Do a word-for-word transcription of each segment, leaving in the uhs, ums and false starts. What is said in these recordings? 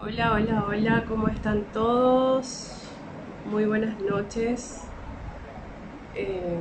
Hola, hola, hola, ¿cómo están todos? Muy buenas noches. Eh,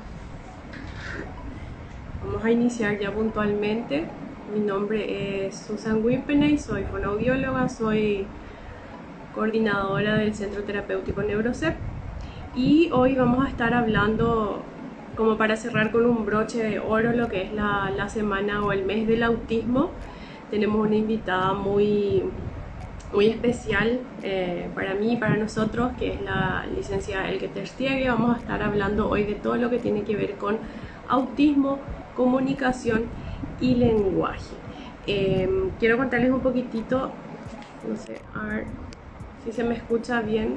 Vamos a iniciar ya puntualmente. Mi nombre es Susan Wimpeney, soy fonoaudióloga, soy coordinadora del Centro Terapéutico Neurocep y hoy vamos a estar hablando, como para cerrar con un broche de oro, lo que es la, la semana o el mes del autismo. Tenemos una invitada muy muy especial eh, para mí y para nosotros, que es la licenciada Elke Terstiegue. Vamos a estar hablando hoy de todo lo que tiene que ver con autismo, comunicación y lenguaje. Eh, quiero contarles un poquitito, no sé, a ver si se me escucha bien.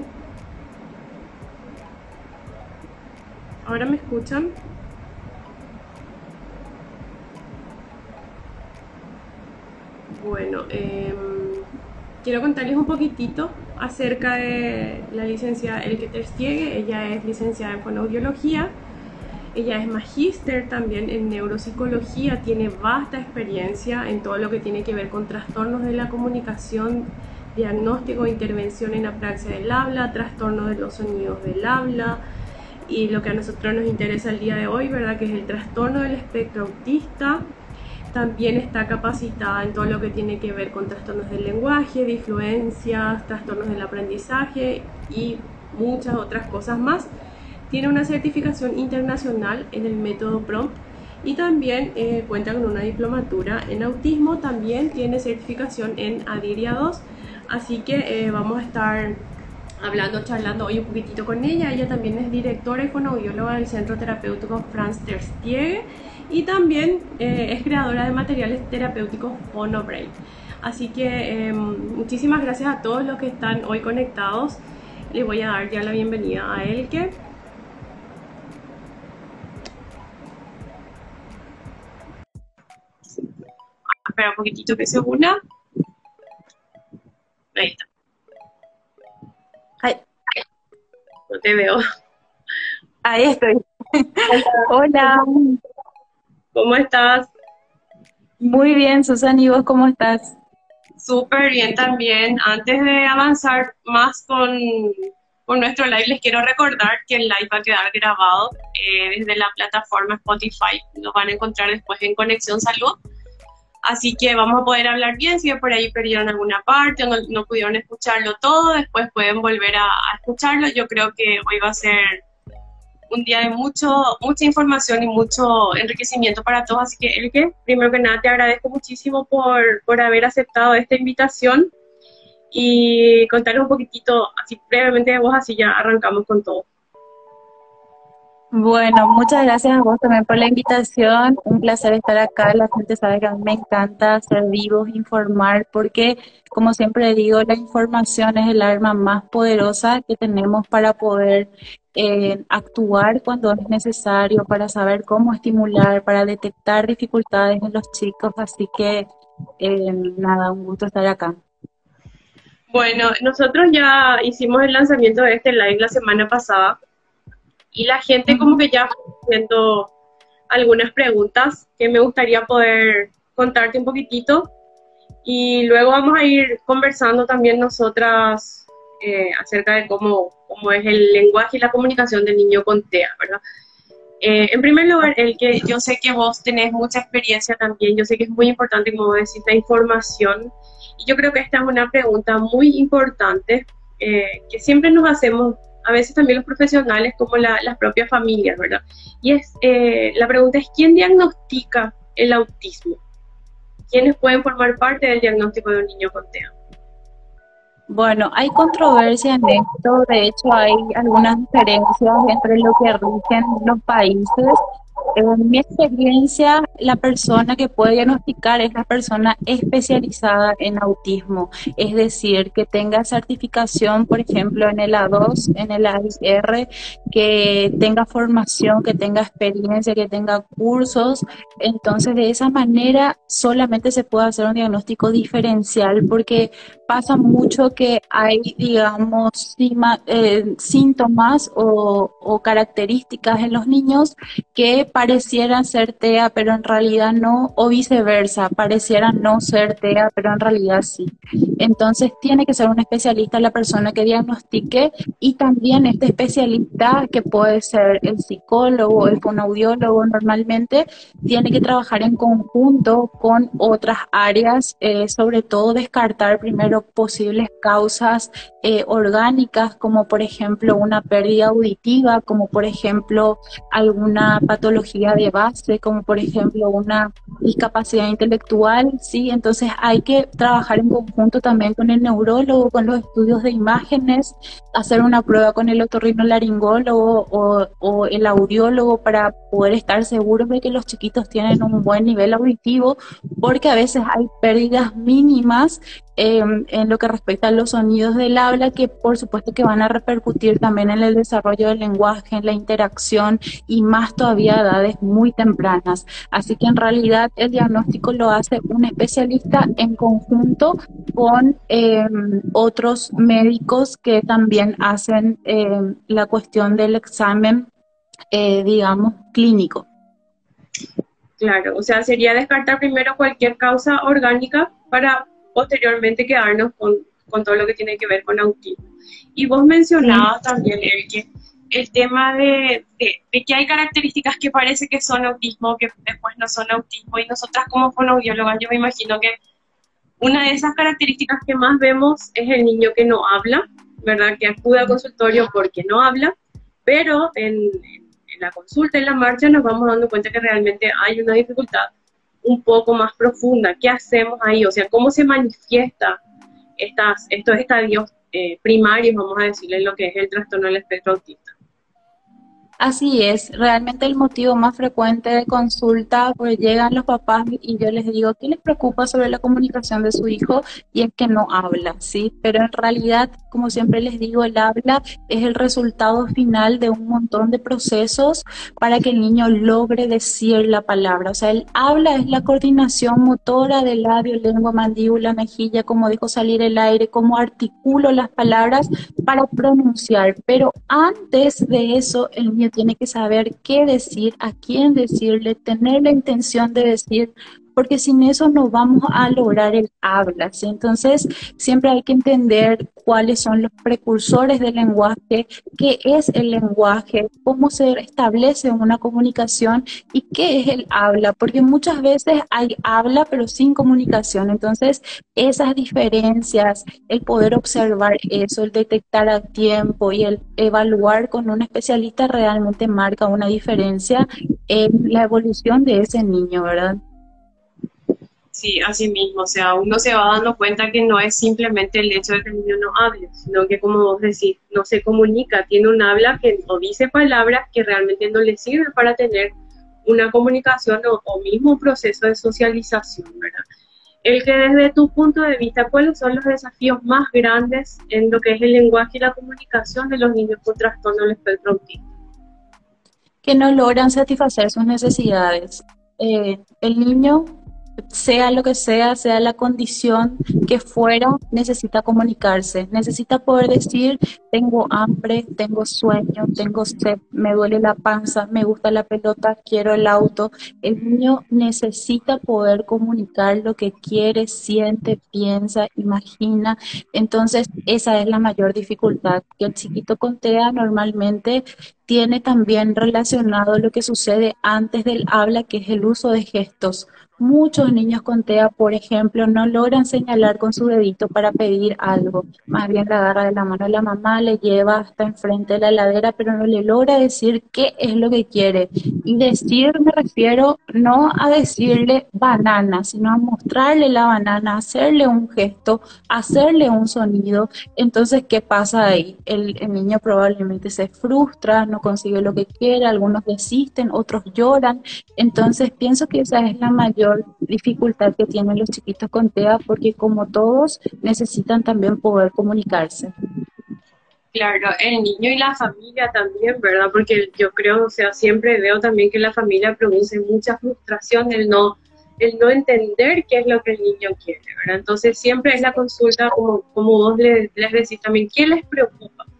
¿Ahora me escuchan? Bueno, eh, quiero contarles un poquitito acerca de la licenciada Elke Terstiegue. Ella es licenciada en fonoaudiología, ella es magíster también en neuropsicología, tiene vasta experiencia en todo lo que tiene que ver con trastornos de la comunicación, diagnóstico e intervención en apraxia del habla, trastornos de los sonidos del habla y lo que a nosotros nos interesa el día de hoy, ¿verdad? Que es el trastorno del espectro autista. También está capacitada en todo lo que tiene que ver con trastornos del lenguaje, disfluencias, trastornos del aprendizaje y muchas otras cosas más. Tiene una certificación internacional en el método PROMPT y también eh, cuenta con una diplomatura en autismo. También tiene certificación en ADIRIA dos. Así que eh, vamos a estar hablando, charlando hoy un poquitito con ella. Ella también es directora y fonoaudióloga del Centro Terapéutico Franz Terstiegue y también eh, es creadora de materiales terapéuticos Fonobrain. Así que eh, muchísimas gracias a todos los que están hoy conectados. Les voy a dar ya la bienvenida a Elke. Espera un poquitito que se una. Ahí está. Ay, No te veo. ahí estoy. Hola, Hola, ¿cómo estás? muy bien, Susan, ¿y vos cómo estás? Súper bien también. Antes de avanzar más con, con nuestro live, les quiero recordar que el live va a quedar grabado eh, desde la plataforma Spotify. Nos van a encontrar después en Conexión Salud. Así que vamos a poder hablar bien. Si por ahí perdieron alguna parte o no, no pudieron escucharlo todo, después pueden volver a, a escucharlo. Yo creo que hoy va a ser un día de mucho, mucha información y mucho enriquecimiento para todos. Así que, Elke, primero que nada te agradezco muchísimo por, por haber aceptado esta invitación y contarles un poquitito así brevemente de vos, así ya arrancamos con todo. Bueno, muchas gracias a vos también por la invitación. Un placer estar acá. La gente sabe que a mí me encanta ser vivos, informar, porque, como siempre digo, la información es el arma más poderosa que tenemos para poder eh, actuar cuando es necesario, para saber cómo estimular, para detectar dificultades en los chicos. Así que, eh, nada, un gusto estar acá. Bueno, nosotros ya hicimos el lanzamiento de este live la semana pasada y la gente como Ujú. que ya fue haciendo algunas preguntas que me gustaría poder contarte un poquitito. Y luego vamos a ir conversando también nosotras eh, acerca de cómo, cómo es el lenguaje y la comunicación del niño con T E A, ¿verdad? Eh, en primer lugar, el que yo sé que vos tenés mucha experiencia también, yo sé que es muy importante, como decís, la información. Y yo creo que esta es una pregunta muy importante eh, que siempre nos hacemos, a veces también los profesionales como la, las propias familias, ¿verdad? Y es, eh, la pregunta es, ¿quién diagnostica el autismo? ¿Quiénes pueden formar parte del diagnóstico de un niño con T E A? Bueno, hay controversia en esto, de hecho hay algunas diferencias entre lo que rigen los países. En mi experiencia, la persona que puede diagnosticar es la persona especializada en autismo, es decir, que tenga certificación, por ejemplo, en el A dos, en el A I R, que tenga formación, que tenga experiencia, que tenga cursos. Entonces, de esa manera solamente se puede hacer un diagnóstico diferencial porque pasa mucho que hay, digamos, sima- eh, síntomas o, o características en los niños que parecieran ser T E A, pero en realidad no, o viceversa, parecieran no ser T E A, pero en realidad sí. Entonces tiene que ser un especialista la persona que diagnostique, y también este especialista, que puede ser el psicólogo, el fonoaudiólogo normalmente, tiene que trabajar en conjunto con otras áreas, eh, sobre todo descartar primero posibles causas eh, orgánicas, como por ejemplo una pérdida auditiva, como por ejemplo alguna patología de base, como por ejemplo una discapacidad intelectual, ¿sí? Entonces hay que trabajar en conjunto también con el neurólogo, con los estudios de imágenes, hacer una prueba con el otorrinolaringólogo o, o el audiólogo para poder estar seguros de que los chiquitos tienen un buen nivel auditivo, porque a veces hay pérdidas mínimas eh, en lo que respecta a los sonidos del habla, que por supuesto que van a repercutir también en el desarrollo del lenguaje, en la interacción, y más todavía a edades muy tempranas. Así que en realidad el diagnóstico lo hace un especialista en conjunto con eh, otros médicos que también hacen eh, la cuestión del examen, eh, digamos, clínico. Claro, o sea, sería descartar primero cualquier causa orgánica para posteriormente quedarnos con, con todo lo que tiene que ver con autismo. Y vos mencionabas sí. también, el, que, el tema de, de, de que hay características que parece que son autismo, que después no son autismo, y nosotras como fonoaudiólogas, yo me imagino que una de esas características que más vemos es el niño que no habla, ¿verdad? Que acude al consultorio porque no habla, pero en, en la consulta, en la marcha, nos vamos dando cuenta que realmente hay una dificultad un poco más profunda. ¿Qué hacemos ahí? O sea, ¿cómo se manifiesta estas, estos estadios eh, primarios, vamos a decirle, lo que es el trastorno del espectro autista? Así es, realmente el motivo más frecuente de consulta, pues llegan los papás y yo les digo, ¿qué les preocupa sobre la comunicación de su hijo? Y es que no habla, ¿sí? Pero en realidad, como siempre les digo, el habla es el resultado final de un montón de procesos para que el niño logre decir la palabra. O sea, el habla es la coordinación motora de labio, lengua, mandíbula, mejilla, cómo dejo salir el aire, cómo articulo las palabras para pronunciar. Pero antes de eso, el niño tiene que saber qué decir, a quién decirle, tener la intención de decir, porque sin eso no vamos a lograr el habla, ¿sí? Entonces, siempre hay que entender cuáles son los precursores del lenguaje, qué es el lenguaje, cómo se establece una comunicación y qué es el habla, porque muchas veces hay habla pero sin comunicación. Entonces, esas diferencias, el poder observar eso, el detectar a tiempo y el evaluar con un especialista realmente marca una diferencia en la evolución de ese niño, ¿verdad? Sí, así mismo, o sea, uno se va dando cuenta que no es simplemente el hecho de que el niño no hable, sino que, como vos decís, no se comunica, tiene un habla que o dice palabras que realmente no le sirven para tener una comunicación o, o mismo un proceso de socialización, ¿verdad? El que desde tu punto de vista, ¿cuáles son los desafíos más grandes en lo que es el lenguaje y la comunicación de los niños con trastorno del espectro autista? Que no logran satisfacer sus necesidades. Eh, el niño, sea lo que sea, sea la condición que fuera, necesita comunicarse, necesita poder decir, tengo hambre, tengo sueño, tengo sed, me duele la panza, me gusta la pelota, quiero el auto. El niño necesita poder comunicar lo que quiere, siente, piensa, imagina. Entonces, esa es la mayor dificultad, que el chiquito con T E A normalmente tiene también relacionado lo que sucede antes del habla, que es el uso de gestos. Muchos niños con T E A, por ejemplo, no logran señalar con su dedito para pedir algo. Más bien la agarra de la mano de la mamá, le lleva hasta enfrente de la heladera, pero no le logra decir qué es lo que quiere. Y decir, me refiero no a decirle banana, sino a mostrarle la banana, hacerle un gesto, hacerle un sonido. Entonces, ¿qué pasa ahí? El, el niño probablemente se frustra, no consigue lo que quiere, algunos desisten, otros lloran. Entonces, pienso que esa es la mayor dificultad que tienen los chiquitos con T E A, porque como todos necesitan también poder comunicarse. Claro, el niño y la familia también, ¿verdad? Porque yo creo, o sea, siempre veo también que la familia produce mucha frustración, el no, el no entender qué es lo que el niño quiere, ¿verdad? Entonces siempre es la consulta, como, como vos les, les decís también, ¿qué les preocupa?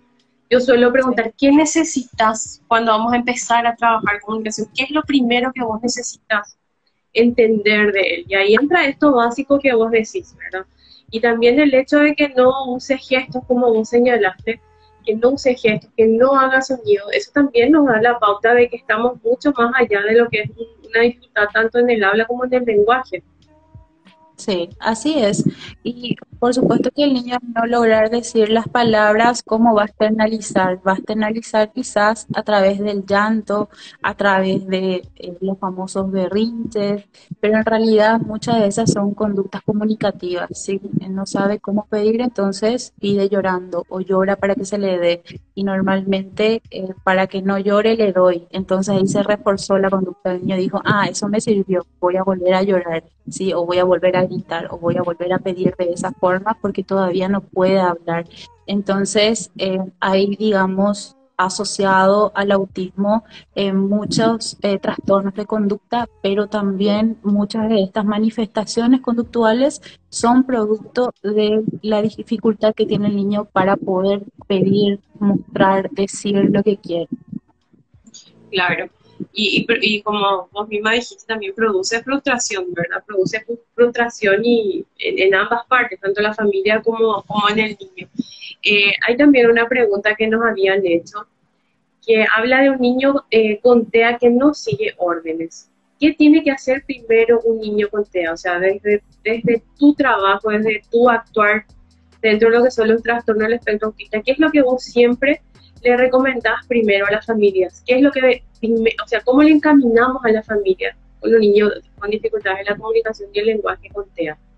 Yo suelo Sí. preguntar, ¿qué necesitas cuando vamos a empezar a trabajar comunicación? ¿Qué es lo primero que vos necesitas entender de él? Y ahí entra esto básico que vos decís, ¿verdad? Y también el hecho de que no use gestos como vos señalaste, que no use gestos, que no haga sonido, eso también nos da la pauta de que estamos mucho más allá de lo que es una dificultad tanto en el habla como en el lenguaje. Sí, así es. Y por supuesto que el niño al no lograr decir las palabras, ¿cómo va a externalizar? Va a externalizar quizás a través del llanto, a través de eh, los famosos berrinches, pero en realidad muchas de esas son conductas comunicativas, ¿sí? Él no sabe cómo pedir, entonces pide llorando o llora para que se le dé. Y normalmente eh, para que no llore le doy. Entonces ahí se reforzó la conducta del niño, dijo, ah, eso me sirvió, voy a volver a llorar. Sí, o voy a volver a gritar, o voy a volver a pedir de esa forma porque todavía no puede hablar. Entonces, eh, hay, digamos, asociado al autismo eh, muchos eh, trastornos de conducta, pero también muchas de estas manifestaciones conductuales son producto de la dificultad que tiene el niño para poder pedir, mostrar, decir lo que quiere. Claro. Y, y, y como vos misma dijiste, también produce frustración, ¿verdad? Produce frustración y en, en ambas partes, tanto la familia como, como en el niño. Eh, hay también una pregunta que nos habían hecho, que habla de un niño eh, con T E A que no sigue órdenes. ¿Qué tiene que hacer primero un niño con T E A? O sea, desde, desde tu trabajo, desde tu actuar dentro de lo que son los trastornos del espectro autista, ¿qué es lo que vos siempre le recomendás primero a las familias? ¿Qué es lo que, o sea, cómo le encaminamos a la familia con los niños con dificultades en la comunicación y el lenguaje con T E A?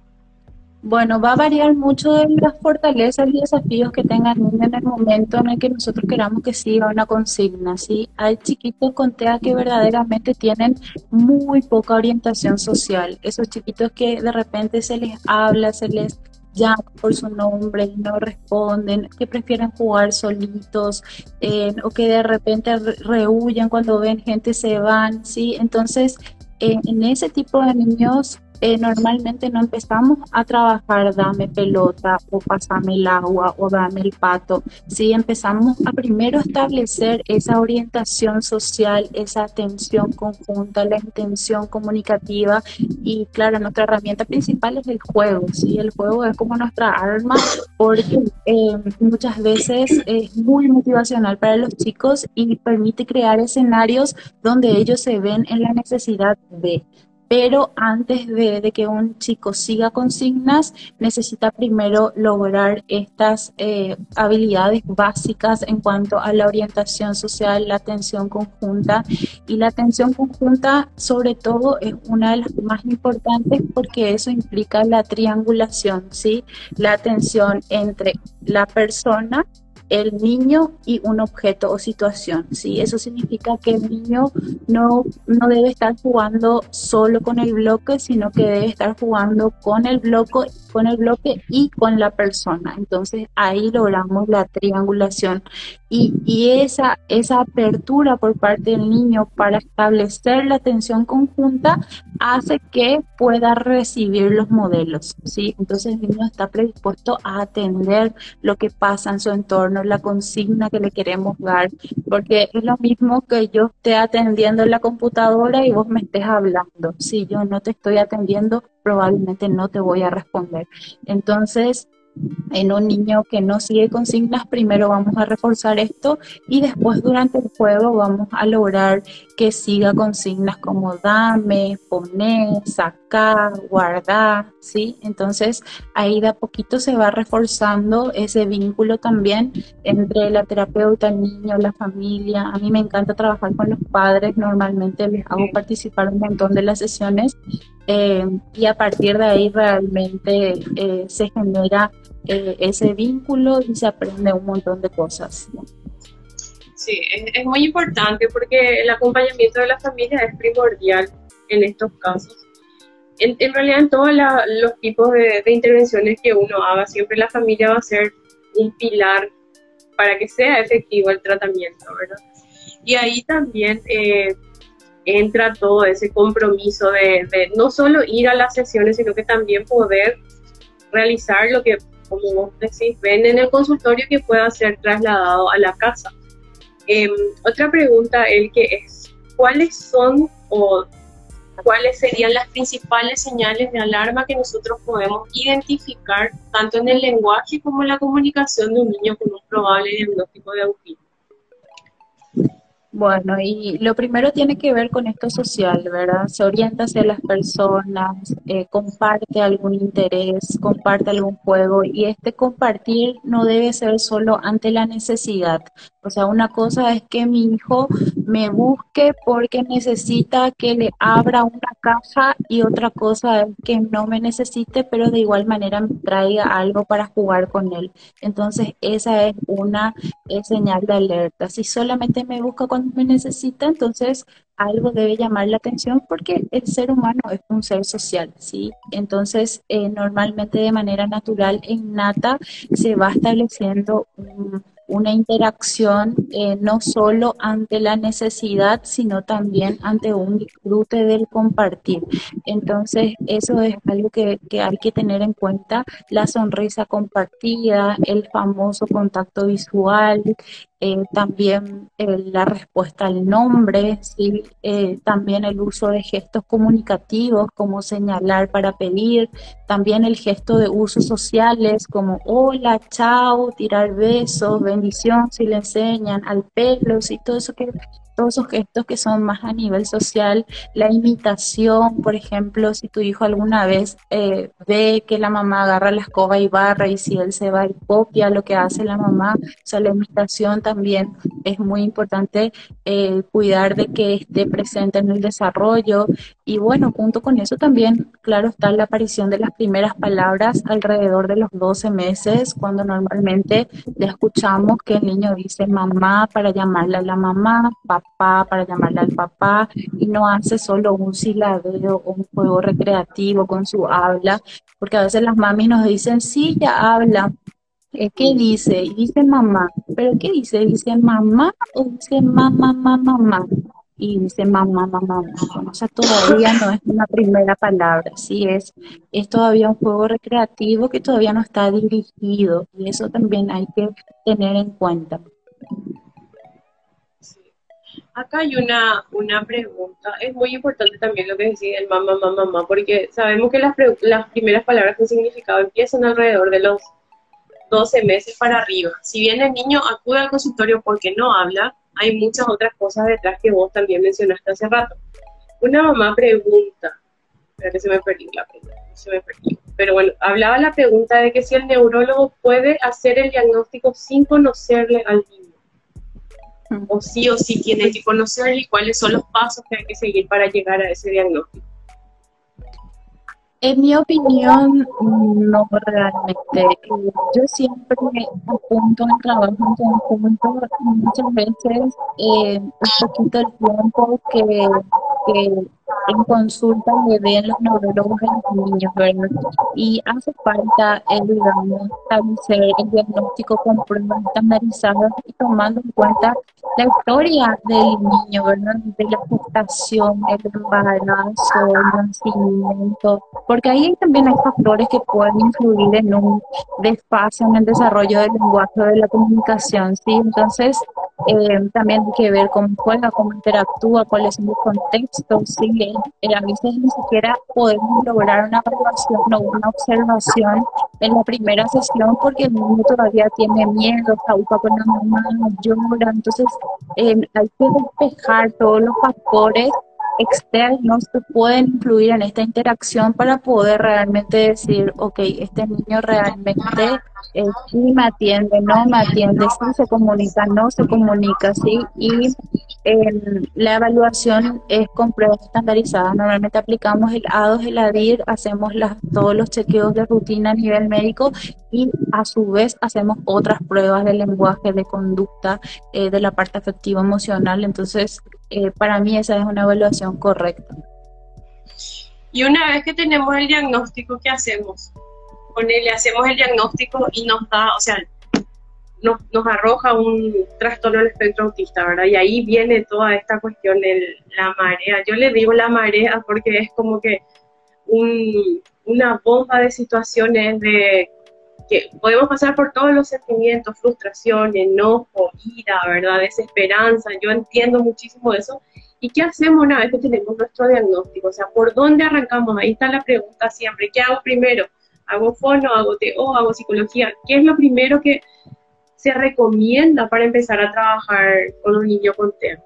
Bueno, va a variar mucho de las fortalezas y desafíos que tenga el niño en el momento en el que nosotros queramos que siga una consigna, ¿sí? Hay chiquitos con T E A que verdaderamente tienen muy poca orientación social. Esos chiquitos que de repente se les habla, se les llama por su nombre y no responden, que prefieren jugar solitos, eh, o que de repente re- rehuyen cuando ven gente se van, ¿sí? Entonces, eh, en ese tipo de niños eh, normalmente no empezamos a trabajar dame pelota o pasame el agua o dame el pato. Sí, empezamos a primero establecer esa orientación social, esa atención conjunta, la intención comunicativa y claro, nuestra herramienta principal es el juego. Sí, el juego es como nuestra arma porque eh, muchas veces es muy motivacional para los chicos y permite crear escenarios donde ellos se ven en la necesidad de. Pero antes de, de que un chico siga consignas, necesita primero lograr estas eh, habilidades básicas en cuanto a la orientación social, la atención conjunta. Y la atención conjunta, sobre todo, es una de las más importantes porque eso implica la triangulación, ¿sí? La atención entre la persona, el niño y un objeto o situación, ¿sí? Eso significa que el niño no, no debe estar jugando solo con el bloque, sino que debe estar jugando con el bloque, con el bloque y con la persona. Entonces ahí logramos la triangulación y, y esa, esa apertura por parte del niño para establecer la atención conjunta hace que pueda recibir los modelos, ¿sí? Entonces el niño está predispuesto a atender lo que pasa en su entorno, la consigna que le queremos dar, porque es lo mismo que yo esté atendiendo en la computadora y vos me estés hablando. Si yo no te estoy atendiendo, probablemente no te voy a responder. Entonces, en un niño que no sigue consignas, primero vamos a reforzar esto y después durante el juego vamos a lograr que siga consignas como dame, poné, sacar, guardar, ¿sí? Entonces ahí de a poquito se va reforzando ese vínculo también entre la terapeuta, el niño, la familia. A mí me encanta trabajar con los padres, normalmente les hago participar un montón de las sesiones eh, y a partir de ahí realmente eh, se genera eh, ese vínculo y se aprende un montón de cosas. Sí, es, es muy importante porque el acompañamiento de la familia es primordial en estos casos. En, en realidad, en todos la, los tipos de, de intervenciones que uno haga, siempre la familia va a ser un pilar para que sea efectivo el tratamiento, ¿verdad? Y ahí también eh, entra todo ese compromiso de, de no solo ir a las sesiones, sino que también poder realizar lo que como vos decís, ven en el consultorio que pueda ser trasladado a la casa. Eh, otra pregunta, el que es, ¿cuáles son o cuáles serían las principales señales de alarma que nosotros podemos identificar tanto en el lenguaje como en la comunicación de un niño con un probable diagnóstico de autismo? Bueno, y lo primero tiene que ver con esto social, ¿verdad? Se orienta hacia las personas, eh, comparte algún interés, comparte algún juego, y este compartir no debe ser solo ante la necesidad. O sea, una cosa es que mi hijo me busque porque necesita que le abra una caja, y otra cosa es que no me necesite, pero de igual manera me traiga algo para jugar con él. Entonces, esa es una es señal de alerta. Si solamente me busca cuando me necesita, entonces algo debe llamar la atención, porque el ser humano es un ser social, ¿sí? Entonces, eh, normalmente de manera natural e innata se va estableciendo un- una interacción, eh, no solo ante la necesidad, sino también ante un disfrute del compartir. Entonces, eso es algo que, que hay que tener en cuenta: la sonrisa compartida, el famoso contacto visual, eh, también eh, la respuesta al nombre, ¿sí? Eh, también el uso de gestos comunicativos como señalar para pedir, también el gesto de usos sociales como hola, chao, tirar besos, bendición si le enseñan, al pelo, y todo eso que todos esos gestos que son más a nivel social. La imitación, por ejemplo, si tu hijo alguna vez eh, ve que la mamá agarra la escoba y barra, y si él se va y copia lo que hace la mamá, o sea, la imitación también es muy importante, eh, cuidar de que esté presente en el desarrollo. Y bueno, junto con eso también, claro, está la aparición de las primeras palabras alrededor de los doce meses, cuando normalmente ya escuchamos que el niño dice mamá para llamarle a la mamá, papá para llamarle al papá, y no hace solo un silabeo o un juego recreativo con su habla, porque a veces las mamis nos dicen, sí, ya habla. Eh, ¿Qué dice? Y dice mamá. ¿Pero qué dice? ¿Dice mamá o dice mamá, mamá, mamá? Y dice mamá, mamá, mamá. Bueno, o sea, todavía no es una primera palabra, sí es, es todavía un juego recreativo que todavía no está dirigido, y eso también hay que tener en cuenta. Sí. Acá hay una, una pregunta. Es muy importante también lo que decía el mamá, mamá, mamá, porque sabemos que las, pre- las primeras palabras con significado empiezan alrededor de los doce meses para arriba. Si bien el niño acude al consultorio porque no habla, hay muchas otras cosas detrás que vos también mencionaste hace rato. Una mamá pregunta, espera que se me perdió la pregunta, se me perdió. Pero bueno, hablaba la pregunta de que si el neurólogo puede hacer el diagnóstico sin conocerle al niño, o sí o sí tiene que conocerle, y cuáles son los pasos que hay que seguir para llegar a ese diagnóstico. En mi opinión, no realmente. Eh, Yo siempre apunto en trabajo en conjunto, y muchas veces eh, un poquito el tiempo que, que en consulta le den los neurólogos a los niños, ¿verdad? Y hace falta, eh, digamos, establecer el diagnóstico con pruebas estandarizadas y tomando en cuenta la historia del niño, ¿verdad? De la gestación, el embarazo, el nacimiento, porque ahí también hay factores que pueden influir en un desfase en el desarrollo del lenguaje o de la comunicación, ¿sí? Entonces, eh, también hay que ver cómo juega, cómo interactúa, cuáles son los contextos, ¿sí? Eh, a veces ni siquiera podemos lograr una evaluación o una observación en la primera sesión, porque el niño todavía tiene miedo, causa con la mamá, llora. Entonces, eh, hay que despejar todos los factores externos que pueden influir en esta interacción para poder realmente decir, ok, este niño realmente eh, sí me atiende, no me atiende, sí se comunica, no se comunica, sí. Y eh, la evaluación es con pruebas estandarizadas. Normalmente aplicamos el A dos, el ADIR, hacemos las, todos los chequeos de rutina a nivel médico, y a su vez hacemos otras pruebas de lenguaje, de conducta, eh, de la parte afectiva emocional. Entonces, eh, para mí esa es una evaluación correcta. Y una vez que tenemos el diagnóstico, ¿qué hacemos? Ponele, hacemos el diagnóstico y nos da, o sea, nos, nos arroja un trastorno del espectro autista, ¿verdad? Y ahí viene toda esta cuestión de la marea. Yo le digo la marea porque es como que un, una bomba de situaciones, de que podemos pasar por todos los sentimientos, frustración, enojo, ira, ¿verdad? Desesperanza, yo entiendo muchísimo eso. ¿Y qué hacemos una vez que tenemos nuestro diagnóstico? O sea, ¿por dónde arrancamos? Ahí está la pregunta siempre. ¿Qué hago primero? ¿Hago fono, hago T O, hago psicología? ¿Qué es lo primero que se recomienda para empezar a trabajar con un niño con T E A?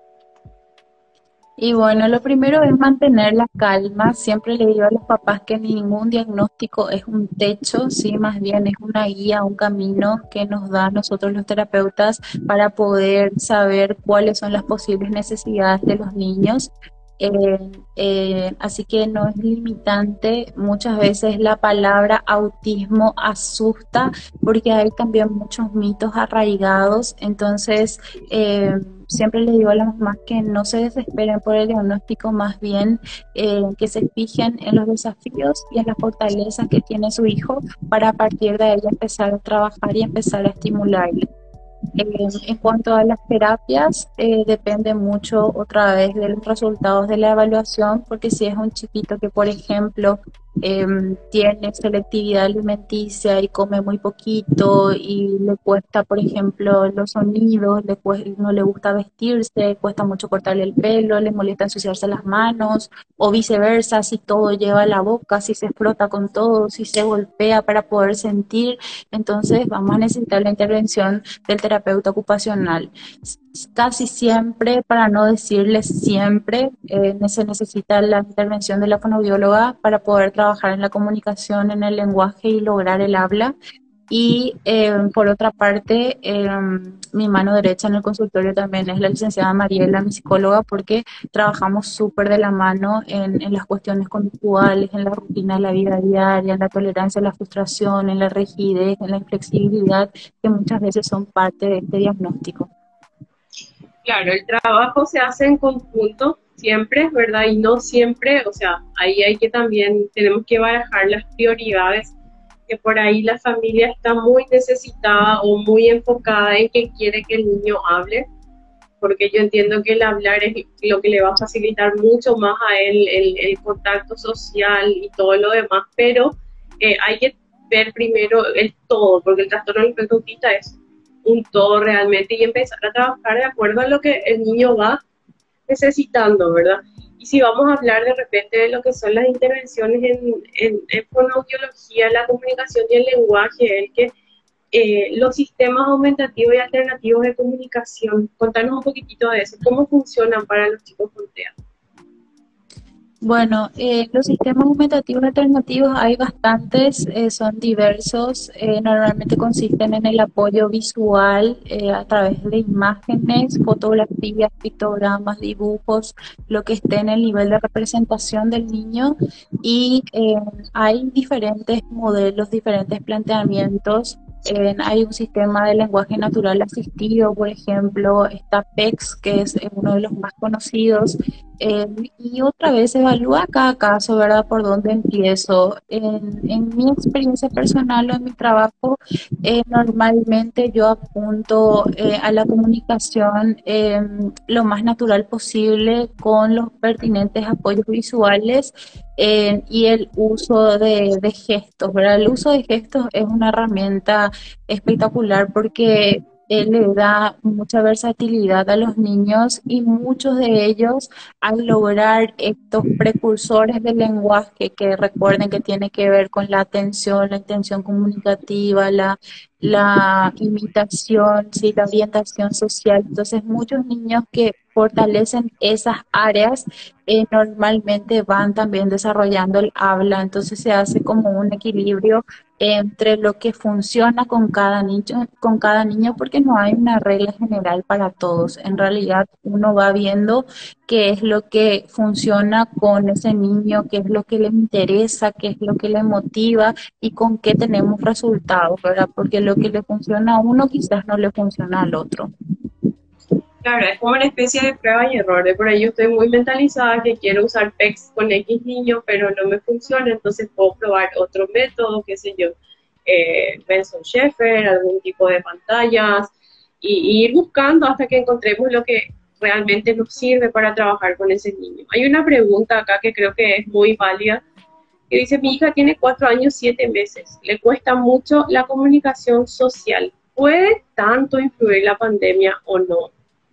Y bueno, lo primero es mantener la calma. Siempre le digo a los papás que ningún diagnóstico es un techo, sí, más bien es una guía, un camino que nos da a nosotros los terapeutas para poder saber cuáles son las posibles necesidades de los niños. Eh, eh, así que no es limitante. Muchas veces la palabra autismo asusta porque hay también muchos mitos arraigados. Entonces, eh, siempre les digo a las mamás que no se desesperen por el diagnóstico, más bien eh, que se fijen en los desafíos y en las fortalezas que tiene su hijo para a partir de ahí empezar a trabajar y empezar a estimularle. Eh, en cuanto a las terapias, eh, depende mucho otra vez de los resultados de la evaluación, porque si es un chiquito que, por ejemplo, eh, tiene selectividad alimenticia y come muy poquito y le cuesta, por ejemplo, los sonidos, le cuesta, no le gusta vestirse, cuesta mucho cortarle el pelo, le molesta ensuciarse las manos, o viceversa, si todo lleva a la boca, si se frota con todo, si se golpea para poder sentir, entonces vamos a necesitar la intervención del terapeuta ocupacional. Casi siempre, para no decirles siempre, eh, se necesita la intervención de la fonoaudióloga para poder trabajar en la comunicación, en el lenguaje y lograr el habla. Y eh, por otra parte, eh, mi mano derecha en el consultorio también es la licenciada Mariela, mi psicóloga, porque trabajamos súper de la mano en, en las cuestiones conductuales, en la rutina de la vida diaria, en la tolerancia a la frustración, en la rigidez, en la inflexibilidad, que muchas veces son parte de este diagnóstico. Claro, el trabajo se hace en conjunto siempre, ¿verdad? Y no siempre, o sea, ahí hay que también, tenemos que barajar las prioridades, que por ahí la familia está muy necesitada o muy enfocada en que quiere que el niño hable, porque yo entiendo que el hablar es lo que le va a facilitar mucho más a él el, el contacto social y todo lo demás, pero eh, hay que ver primero el todo, porque el trastorno del espectro autista es un todo realmente y empezar a trabajar de acuerdo a lo que el niño va necesitando, ¿verdad? Y si vamos a hablar de repente de lo que son las intervenciones en, en, en fonoaudiología, la comunicación y el lenguaje, el que eh, los sistemas aumentativos y alternativos de comunicación, contanos un poquitito de eso, cómo funcionan para los chicos con T E A. Bueno, eh, los sistemas aumentativos alternativos hay bastantes, eh, son diversos, eh, normalmente consisten en el apoyo visual eh, a través de imágenes, fotografías, pictogramas, dibujos, lo que esté en el nivel de representación del niño y eh, hay diferentes modelos, diferentes planteamientos. Eh, hay un sistema de lenguaje natural asistido, por ejemplo, está P E X, que es eh, uno de los más conocidos. Eh, y otra vez evalúa cada caso, ¿verdad? Por dónde empiezo. En, en mi experiencia personal o en mi trabajo, eh, normalmente yo apunto eh, a la comunicación eh, lo más natural posible con los pertinentes apoyos visuales eh, y el uso de, de gestos, ¿verdad? El uso de gestos es una herramienta espectacular porque él le da mucha versatilidad a los niños y muchos de ellos al lograr estos precursores del lenguaje que recuerden que tiene que ver con la atención, la intención comunicativa, la, la imitación, ¿sí? La orientación social. Entonces muchos niños que fortalecen esas áreas eh, normalmente van también desarrollando el habla, entonces se hace como un equilibrio entre lo que funciona con cada niño, con cada niño, porque no hay una regla general para todos. En realidad uno va viendo qué es lo que funciona con ese niño, qué es lo que le interesa, qué es lo que le motiva y con qué tenemos resultados, ¿verdad? Porque lo que le funciona a uno quizás no le funciona al otro. Claro, es como una especie de prueba y error. De por ahí yo estoy muy mentalizada que quiero usar P E X con X niño, pero no me funciona, entonces puedo probar otro método, qué sé yo, eh, Benson Sheffer, algún tipo de pantallas, y, y ir buscando hasta que encontremos lo que realmente nos sirve para trabajar con ese niño. Hay una pregunta acá que creo que es muy válida, que dice, mi hija tiene cuatro años, siete meses, le cuesta mucho la comunicación social. ¿Puede tanto influir la pandemia o no?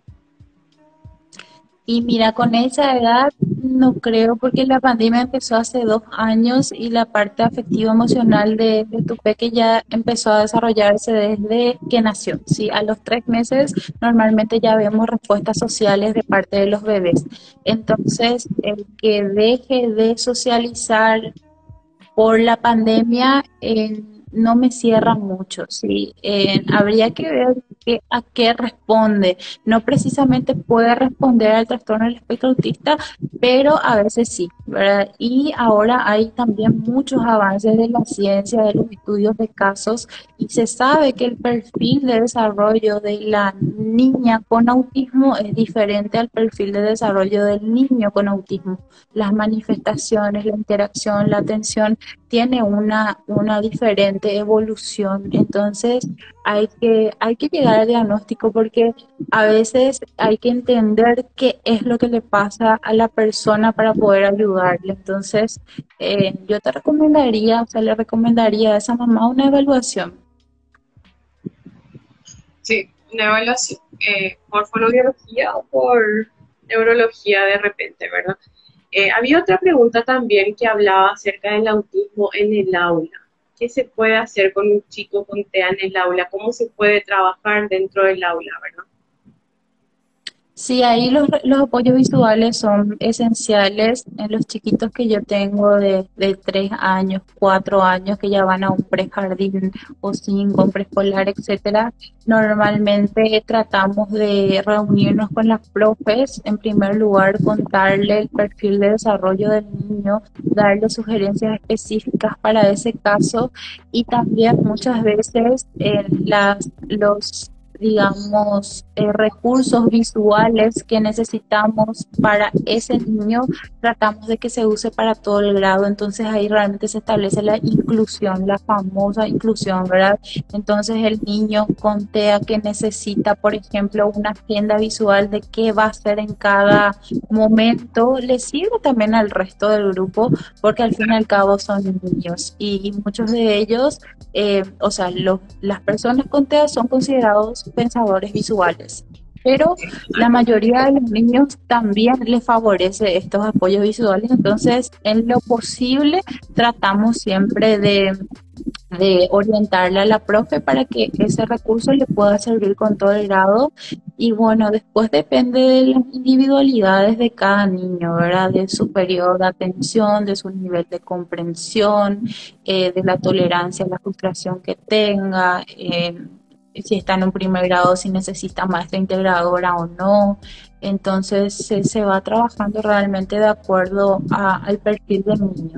Y mira, con esa edad no creo, porque la pandemia empezó hace dos años y la parte afectiva emocional de, de tu peque ya empezó a desarrollarse desde que nació. Sí, a los tres meses normalmente ya vemos respuestas sociales de parte de los bebés. Entonces, el que deje de socializar por la pandemia eh, no me cierra mucho, ¿sí? Eh, habría que ver qué- a qué responde. No precisamente puede responder al trastorno del espectro autista, pero a veces sí, ¿verdad? Y ahora hay también muchos avances de la ciencia, de los estudios de casos, y se sabe que el perfil de desarrollo de la niña con autismo es diferente al perfil de desarrollo del niño con autismo. Las manifestaciones, la interacción, la atención tiene una, una diferente evolución. Entonces hay que, hay que llegar al diagnóstico porque a veces hay que entender qué es lo que le pasa a la persona para poder ayudarle. Entonces eh, yo te recomendaría, o sea, le recomendaría a esa mamá una evaluación. Sí, una evaluación eh, por fonoaudiología o por neurología de repente, ¿verdad? Eh, había otra pregunta también que hablaba acerca del autismo en el aula. ¿Qué se puede hacer con un chico con TEA en el aula? ¿Cómo se puede trabajar dentro del aula, verdad? Sí, ahí los, los apoyos visuales son esenciales en los chiquitos que yo tengo de, de tres años, cuatro años, que ya van a un prejardín o cinco, un preescolar, etcétera. Normalmente tratamos de reunirnos con las profes, en primer lugar, contarle el perfil de desarrollo del niño, darle sugerencias específicas para ese caso y también muchas veces eh, las, los digamos, eh, recursos visuales que necesitamos para ese niño, tratamos de que se use para todo el grado. Entonces ahí realmente se establece la inclusión, la famosa inclusión, ¿verdad? Entonces el niño con TEA que necesita, por ejemplo, una agenda visual de qué va a hacer en cada momento, le sirve también al resto del grupo, porque al fin y al cabo son niños y, y muchos de ellos eh, o sea, lo- las personas con TEA son considerados pensadores visuales, pero la mayoría de los niños también les favorece estos apoyos visuales, entonces en lo posible tratamos siempre de, de orientarle a la profe para que ese recurso le pueda servir con todo el grado y bueno, después depende de las individualidades de cada niño, ¿verdad? De su periodo de atención, de su nivel de comprensión, eh, de la tolerancia a la frustración que tenga, eh, si está en un primer grado, si necesita maestra integradora o no. Entonces se, se va trabajando realmente de acuerdo a- al perfil del niño.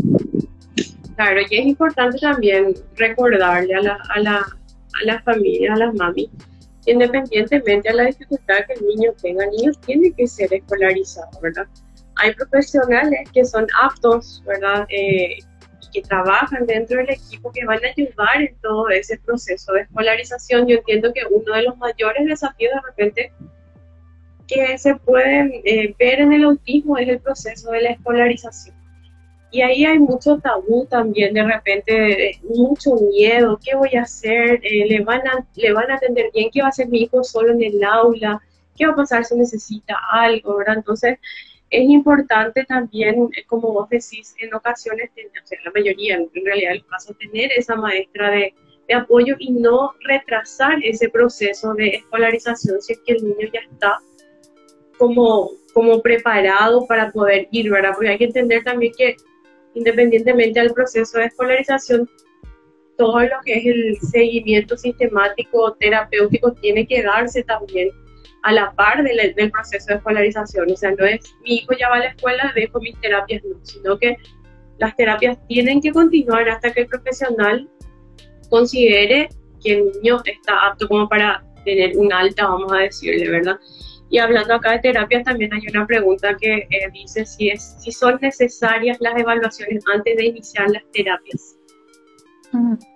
Claro, y es importante también recordarle a la, a la, a la familia, a las mami, independientemente de la dificultad que el niño tenga, el niño tiene que ser escolarizado, ¿verdad? Hay profesionales que son aptos, ¿verdad? Eh, y que trabajan dentro del equipo que van a ayudar en todo ese proceso de escolarización. Yo entiendo que uno de los mayores desafíos de repente que se pueden eh, ver en el autismo es el proceso de la escolarización. Y ahí hay mucho tabú también, de repente, mucho miedo, ¿qué voy a hacer? Eh, ¿le, van a, ¿Le van a atender bien? ¿Qué va a hacer mi hijo solo en el aula? ¿Qué va a pasar si necesita algo? ¿Verdad? Entonces, es importante también, eh, como vos decís, en ocasiones, tener, o sea, la mayoría, en realidad, de los casos, tener esa maestra de, de apoyo y no retrasar ese proceso de escolarización si es que el niño ya está como, como preparado para poder ir, ¿verdad? Porque hay que entender también que independientemente del proceso de escolarización, todo lo que es el seguimiento sistemático terapéutico tiene que darse también a la par del, del proceso de escolarización. O sea, no es mi hijo ya va a la escuela, dejo mis terapias, no, sino que las terapias tienen que continuar hasta que el profesional considere que el niño está apto como para tener un alta, vamos a decirle, ¿verdad? Y hablando acá de terapias, también hay una pregunta que eh, dice si, es, si son necesarias las evaluaciones antes de iniciar las terapias.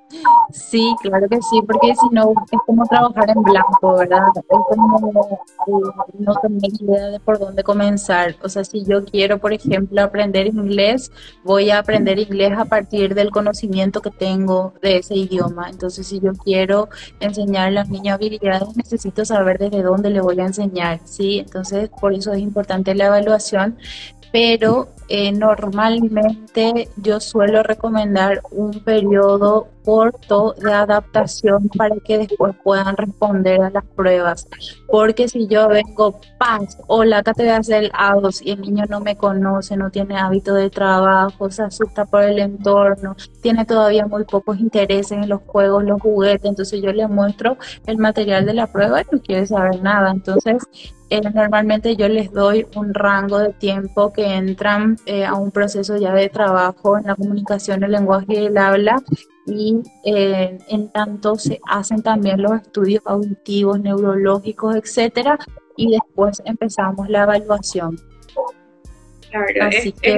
Sí, claro que sí, porque si no es como trabajar en blanco, ¿verdad? Es como eh, no tener idea de por dónde comenzar. O sea, si yo quiero, por ejemplo, aprender inglés, voy a aprender inglés a partir del conocimiento que tengo de ese idioma. Entonces, si yo quiero enseñarle a un niño habilidades, necesito saber desde dónde le voy a enseñar, ¿sí? Entonces, por eso es importante la evaluación, pero eh, normalmente yo suelo recomendar un periodo corto de adaptación para que después puedan responder a las pruebas. Porque si yo vengo, paz, hola, acá te voy a hacer el A dos y el niño no me conoce, no tiene hábito de trabajo, se asusta por el entorno, tiene todavía muy pocos intereses en los juegos, los juguetes, entonces yo le muestro el material de la prueba y no quiere saber nada. Entonces, eh, normalmente yo les doy un rango de tiempo que entran eh, a un proceso ya de trabajo en la comunicación, el lenguaje y el habla, y eh, en tanto se hacen también los estudios auditivos, neurológicos, etcétera, y después empezamos la evaluación. Claro, es, Así es, que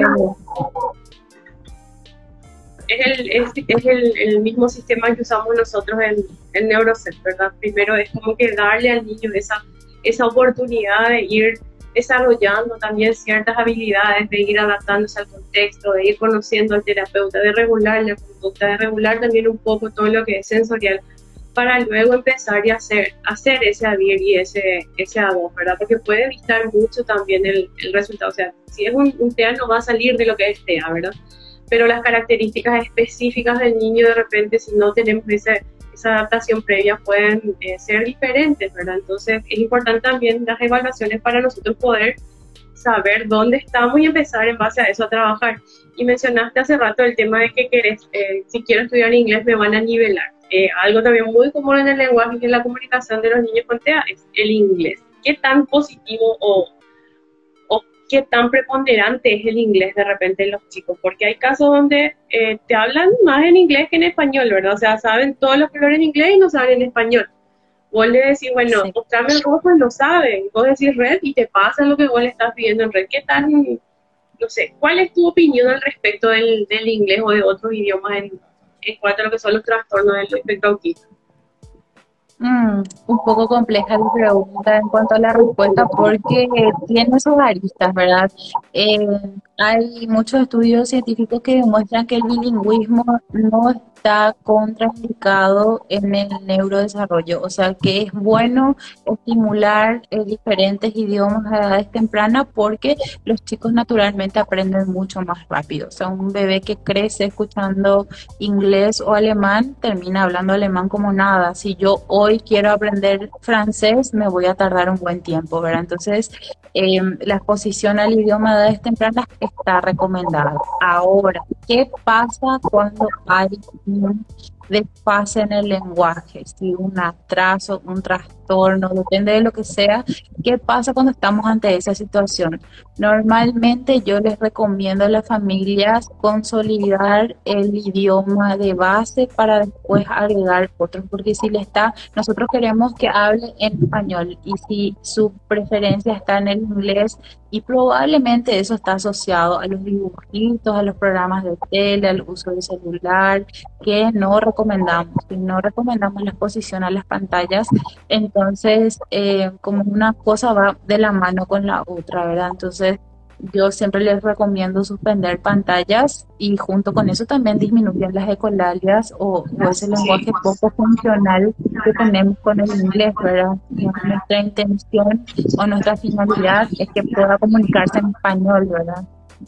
es el, es, es el, el mismo sistema que usamos nosotros en, en Neurocet, ¿verdad? Primero es como que darle al niño esa, esa oportunidad de ir desarrollando también ciertas habilidades, de ir adaptándose al contexto, de ir conociendo al terapeuta, de regular la conducta, de regular también un poco todo lo que es sensorial, para luego empezar y hacer, hacer ese A D I R y ese, ese A dos, ¿verdad? Porque puede distar mucho también el, el resultado. O sea, si es un, un T E A, no va a salir de lo que es T E A, ¿verdad? Pero las características específicas del niño, de repente, si no tenemos ese, esa adaptación previa, pueden eh, ser diferentes, ¿verdad? Entonces, es importante también las evaluaciones para nosotros poder saber dónde estamos y empezar en base a eso a trabajar. Y mencionaste hace rato el tema de que querés, eh, si quiero estudiar inglés me van a nivelar. Eh, algo también muy común en el lenguaje y en la comunicación de los niños con T E A es el inglés. ¿Qué tan positivo o, o qué tan preponderante es el inglés de repente en los chicos? Porque hay casos donde eh, te hablan más en inglés que en español, ¿verdad? O sea, saben todos los colores en inglés y no saben en español. Vos le decís, bueno, sí. mostrame el rojo y lo saben. Vos decís red y te pasa lo que vos le estás pidiendo en red. ¿Qué tan, no sé, cuál es tu opinión al respecto del, del inglés o de otros idiomas en, en cuanto a lo que son los trastornos del espectro autista? Mm, un poco compleja la pregunta en cuanto a la respuesta porque tiene sus aristas, ¿verdad? Eh, hay muchos estudios científicos que demuestran que el bilingüismo no está contraindicado en el neurodesarrollo, o sea que es bueno estimular eh, diferentes idiomas a edades tempranas porque los chicos naturalmente aprenden mucho más rápido. O sea, un bebé que crece escuchando inglés o alemán, termina hablando alemán como nada. Si yo hoy quiero aprender francés, me voy a tardar un buen tiempo, ¿verdad? Entonces, eh, la exposición al idioma de edades tempranas está recomendada. Ahora, ¿qué pasa cuando hay un desfase en el lenguaje? Si un atraso, un trastorno, depende de lo que sea, ¿qué pasa cuando estamos ante esa situación? Normalmente yo les recomiendo a las familias consolidar el idioma de base para después agregar otros, porque si le está, nosotros queremos que hable en español y si su preferencia está en el inglés y probablemente eso está asociado a los dibujitos, a los programas de tele, al uso del celular, que no recomendamos, que no recomendamos la exposición a las pantallas, entonces eh, como una cosa va de la mano con la otra, ¿verdad? Entonces yo siempre les recomiendo suspender pantallas y junto con eso también disminuir las ecolalias o, o ese lenguaje poco funcional que tenemos con el inglés, ¿verdad? Nuestra intención o nuestra finalidad es que pueda comunicarse en español, ¿verdad?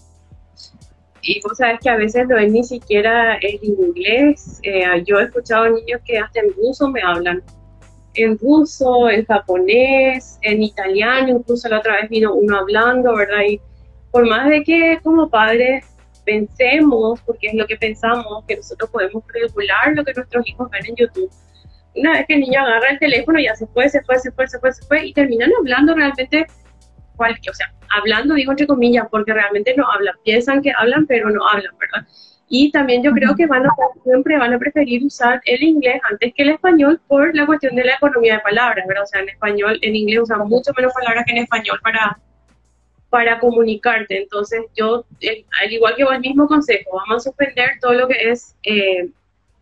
Y vos sabes que a veces no es ni siquiera el inglés. Eh, yo he escuchado niños que hasta en ruso me hablan. En ruso, en japonés, en italiano, incluso la otra vez vino uno hablando, ¿verdad? Y por más de que como padres pensemos, porque es lo que pensamos, que nosotros podemos regular lo que nuestros hijos ven en YouTube, una vez que el niño agarra el teléfono ya se fue, se fue, se fue, se fue, se fue, y terminan hablando realmente, cualquier, o sea, hablando digo entre comillas, porque realmente no hablan, piensan que hablan, pero no hablan, ¿verdad? Y también yo creo que van a, siempre van a preferir usar el inglés antes que el español por la cuestión de la economía de palabras, ¿verdad? O sea, en español, en inglés usan mucho menos palabras que en español para, para comunicarte. Entonces yo, el, al igual que vos, el mismo consejo, vamos a suspender todo lo que es eh,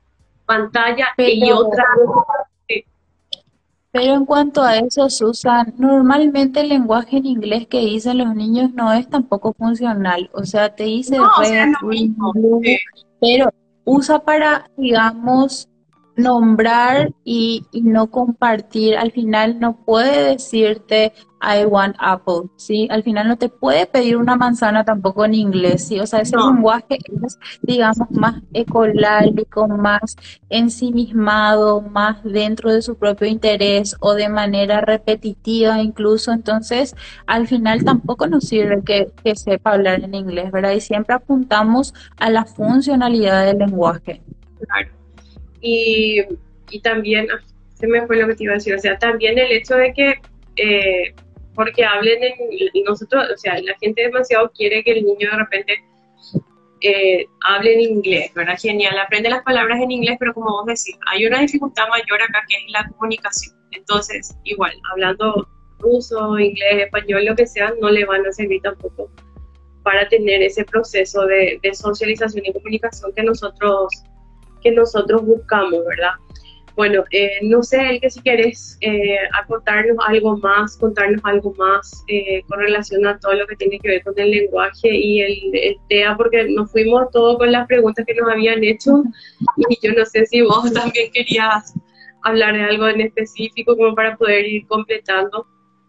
pantalla y Pero otra. Sí, Pero en cuanto a eso, Susan, normalmente el lenguaje en inglés que dicen los niños no es tampoco funcional. O sea, te no, dice o sea, es red, lo green, mismo. blue, pero usa para, digamos, nombrar y, y no compartir. Al final no puede decirte I want apple, ¿sí? Al final no te puede pedir una manzana tampoco en inglés, ¿sí? O sea, ese No, lenguaje es, digamos, más ecolálico, más ensimismado, más dentro de su propio interés o de manera repetitiva incluso, entonces al final tampoco nos sirve que, que sepa hablar en inglés, ¿verdad? Y siempre apuntamos a la funcionalidad del lenguaje. claro. Y, y también, ah, se me fue lo que te iba a decir, o sea, también el hecho de que, eh, porque hablen en, y nosotros, o sea, la gente demasiado quiere que el niño de repente eh, hable en inglés, ¿verdad? Genial, aprende las palabras en inglés, pero como vos decís, hay una dificultad mayor acá que es la comunicación. Entonces, igual, hablando ruso, inglés, español, lo que sea, no le van a servir tampoco para tener ese proceso de, de socialización y comunicación que nosotros, que nosotros buscamos, ¿verdad? Bueno, eh, no sé, el que si quieres eh, aportarnos algo más, contarnos algo más eh, con relación a todo lo que tiene que ver con el lenguaje y el, el T E A, porque nos fuimos todo con las preguntas que nos habían hecho y yo no sé si vos también querías hablar de algo en específico como para poder ir completando.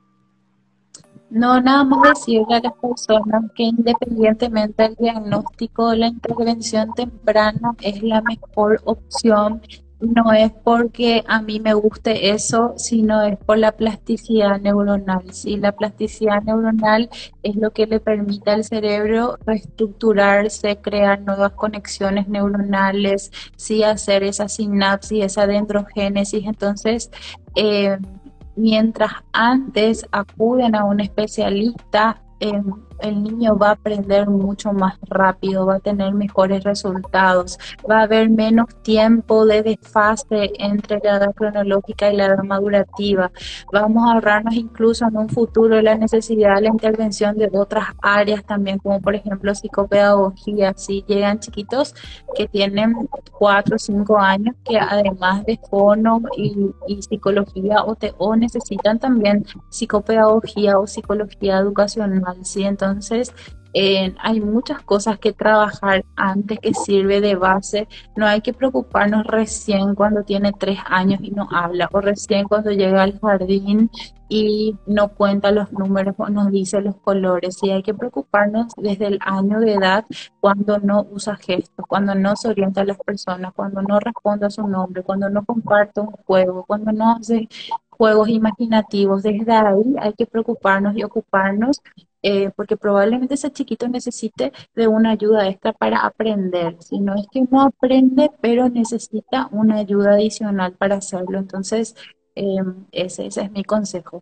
No, nada más decirle a las personas que independientemente del diagnóstico, la intervención temprana es la mejor opción. No es porque a mí me guste eso, sino es por la plasticidad neuronal. Sí, la plasticidad neuronal es lo que le permite al cerebro reestructurarse, crear nuevas conexiones neuronales, sí, hacer esa sinapsis, esa dendrogénesis. Entonces, eh, mientras antes acuden a un especialista, eh, el niño va a aprender mucho más rápido, va a tener mejores resultados, va a haber menos tiempo de desfase entre la edad cronológica y la edad madurativa. Vamos a ahorrarnos incluso en un futuro la necesidad de la intervención de otras áreas también, como por ejemplo psicopedagogía. Si llegan chiquitos que tienen cuatro o cinco años que además de fono y, y psicología o, te, o necesitan también psicopedagogía o psicología educacional, ¿sí? Entonces, eh, hay muchas cosas que trabajar antes que sirve de base. No hay que preocuparnos recién cuando tiene tres años y no habla, o recién cuando llega al jardín y no cuenta los números o nos dice los colores. Sí, hay que preocuparnos desde el año de edad cuando no usa gestos, cuando no se orienta a las personas, cuando no responde a su nombre, cuando no comparte un juego, cuando no hace juegos imaginativos. Desde ahí hay que preocuparnos y ocuparnos, eh, porque probablemente ese chiquito necesite de una ayuda extra para aprender. Si no es que no aprende, pero necesita una ayuda adicional para hacerlo. Entonces, eh, ese, ese es mi consejo.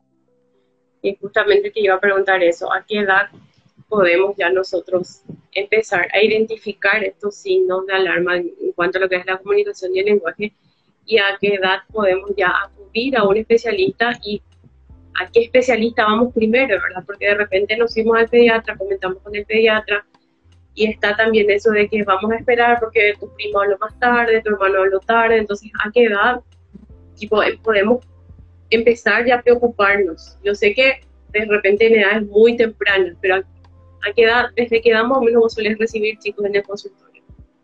Y justamente te iba a preguntar eso, ¿a qué edad podemos ya nosotros empezar a identificar estos signos de alarma en cuanto a lo que es la comunicación y el lenguaje? ¿Y a qué edad podemos ya acudir a un especialista y a qué especialista vamos primero, ¿verdad? Porque de repente nos fuimos al pediatra, comentamos con el pediatra y está también eso de que vamos a esperar porque tu primo habló más tarde, tu hermano habló tarde, entonces ¿a qué edad tipo, podemos empezar ya a preocuparnos? Yo sé que de repente en edades muy tempranas, pero a qué edad, desde qué edad más o menos vos solés recibir chicos en el consultorio.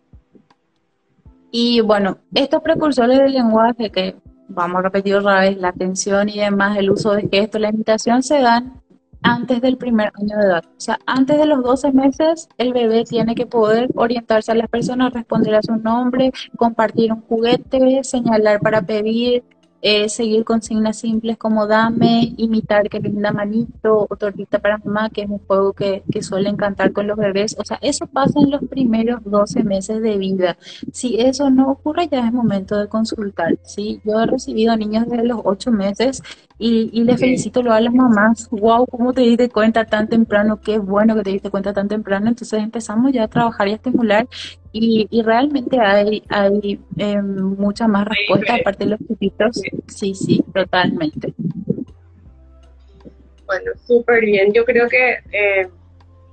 Y bueno, estos precursores del lenguaje que vamos a repetir otra vez, la atención y demás, el uso de gestos, la imitación se dan antes del primer año de edad. O sea, antes de los doce meses, el bebé tiene que poder orientarse a las personas, responder a su nombre, compartir un juguete, señalar para pedir, eh, seguir consignas simples como dame, imitar que linda manito o tortita para mamá, que es un juego que, que suelen cantar con los bebés. O sea, eso pasa en los primeros doce meses de vida. Si eso no ocurre, ya es momento de consultar, ¿sí? Yo he recibido niños de los ocho meses y, y les Sí. felicito luego a las mamás. Wow, ¿cómo te diste cuenta tan temprano? Qué bueno que te diste cuenta tan temprano. Entonces empezamos ya a trabajar y a estimular y, y realmente hay, hay eh, mucha más Hay respuesta de parte diferencia. de los chiquitos. Sí, sí, totalmente. Bueno, súper bien. Yo creo que eh,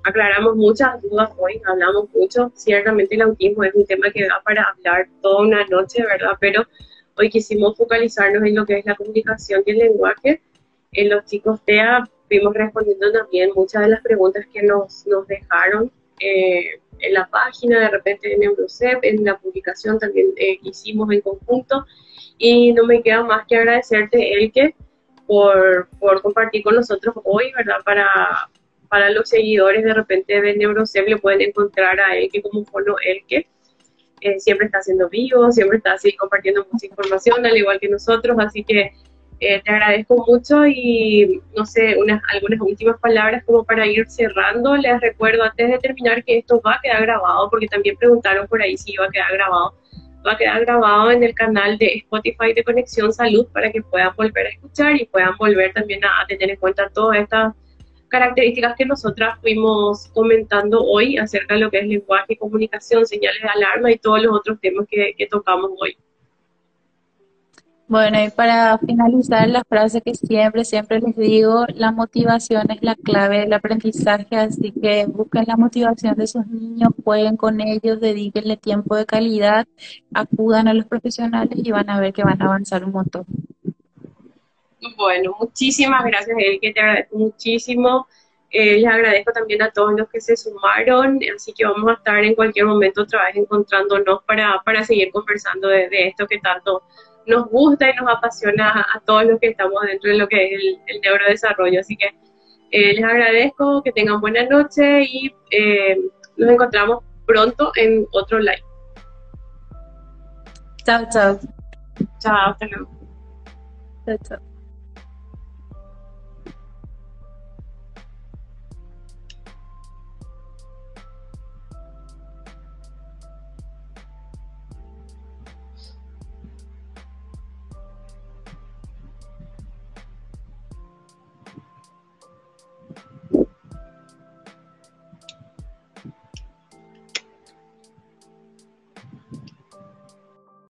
aclaramos muchas dudas hoy, hablamos mucho. Ciertamente el autismo es un tema que da para hablar toda una noche, ¿verdad? Pero hoy quisimos focalizarnos en lo que es la comunicación y el lenguaje. En los chicos TEA fuimos respondiendo también muchas de las preguntas que nos, nos dejaron eh, en la página, de repente en Neurocep, en la publicación también eh, que hicimos en conjunto. Y no me queda más que agradecerte, Elke, por, por compartir con nosotros hoy, ¿verdad? Para, para los seguidores de repente de Neurocep le pueden encontrar a Elke como Fono Elke. Eh, siempre está haciendo vivo, siempre está así compartiendo mucha información, al igual que nosotros, así que eh, te agradezco mucho y no sé, unas, algunas últimas palabras como para ir cerrando. Les recuerdo antes de terminar que esto va a quedar grabado, porque también preguntaron por ahí si iba a quedar grabado. Va a quedar grabado en el canal de Spotify de Conexión Salud para que puedan volver a escuchar y puedan volver también a, a tener en cuenta todas estas características que nosotras fuimos comentando hoy acerca de lo que es lenguaje, comunicación, señales de alarma y todos los otros temas que, que tocamos hoy. Bueno, y para finalizar la frase que siempre, siempre les digo, la motivación es la clave del aprendizaje, así que busquen la motivación de sus niños, jueguen con ellos, dedíquenle tiempo de calidad, acudan a los profesionales y van a ver que van a avanzar un montón. Bueno, muchísimas gracias, Elke, te agradezco muchísimo. Eh, les agradezco también a todos los que se sumaron, así que vamos a estar en cualquier momento otra vez encontrándonos para, para seguir conversando de, de esto que tanto nos gusta y nos apasiona a, a todos los que estamos dentro de lo que es el, el neurodesarrollo. Así que eh, les agradezco, que tengan buena noche y eh, nos encontramos pronto en otro live. Chao, chao. Chao, hasta luego. Chao, chao.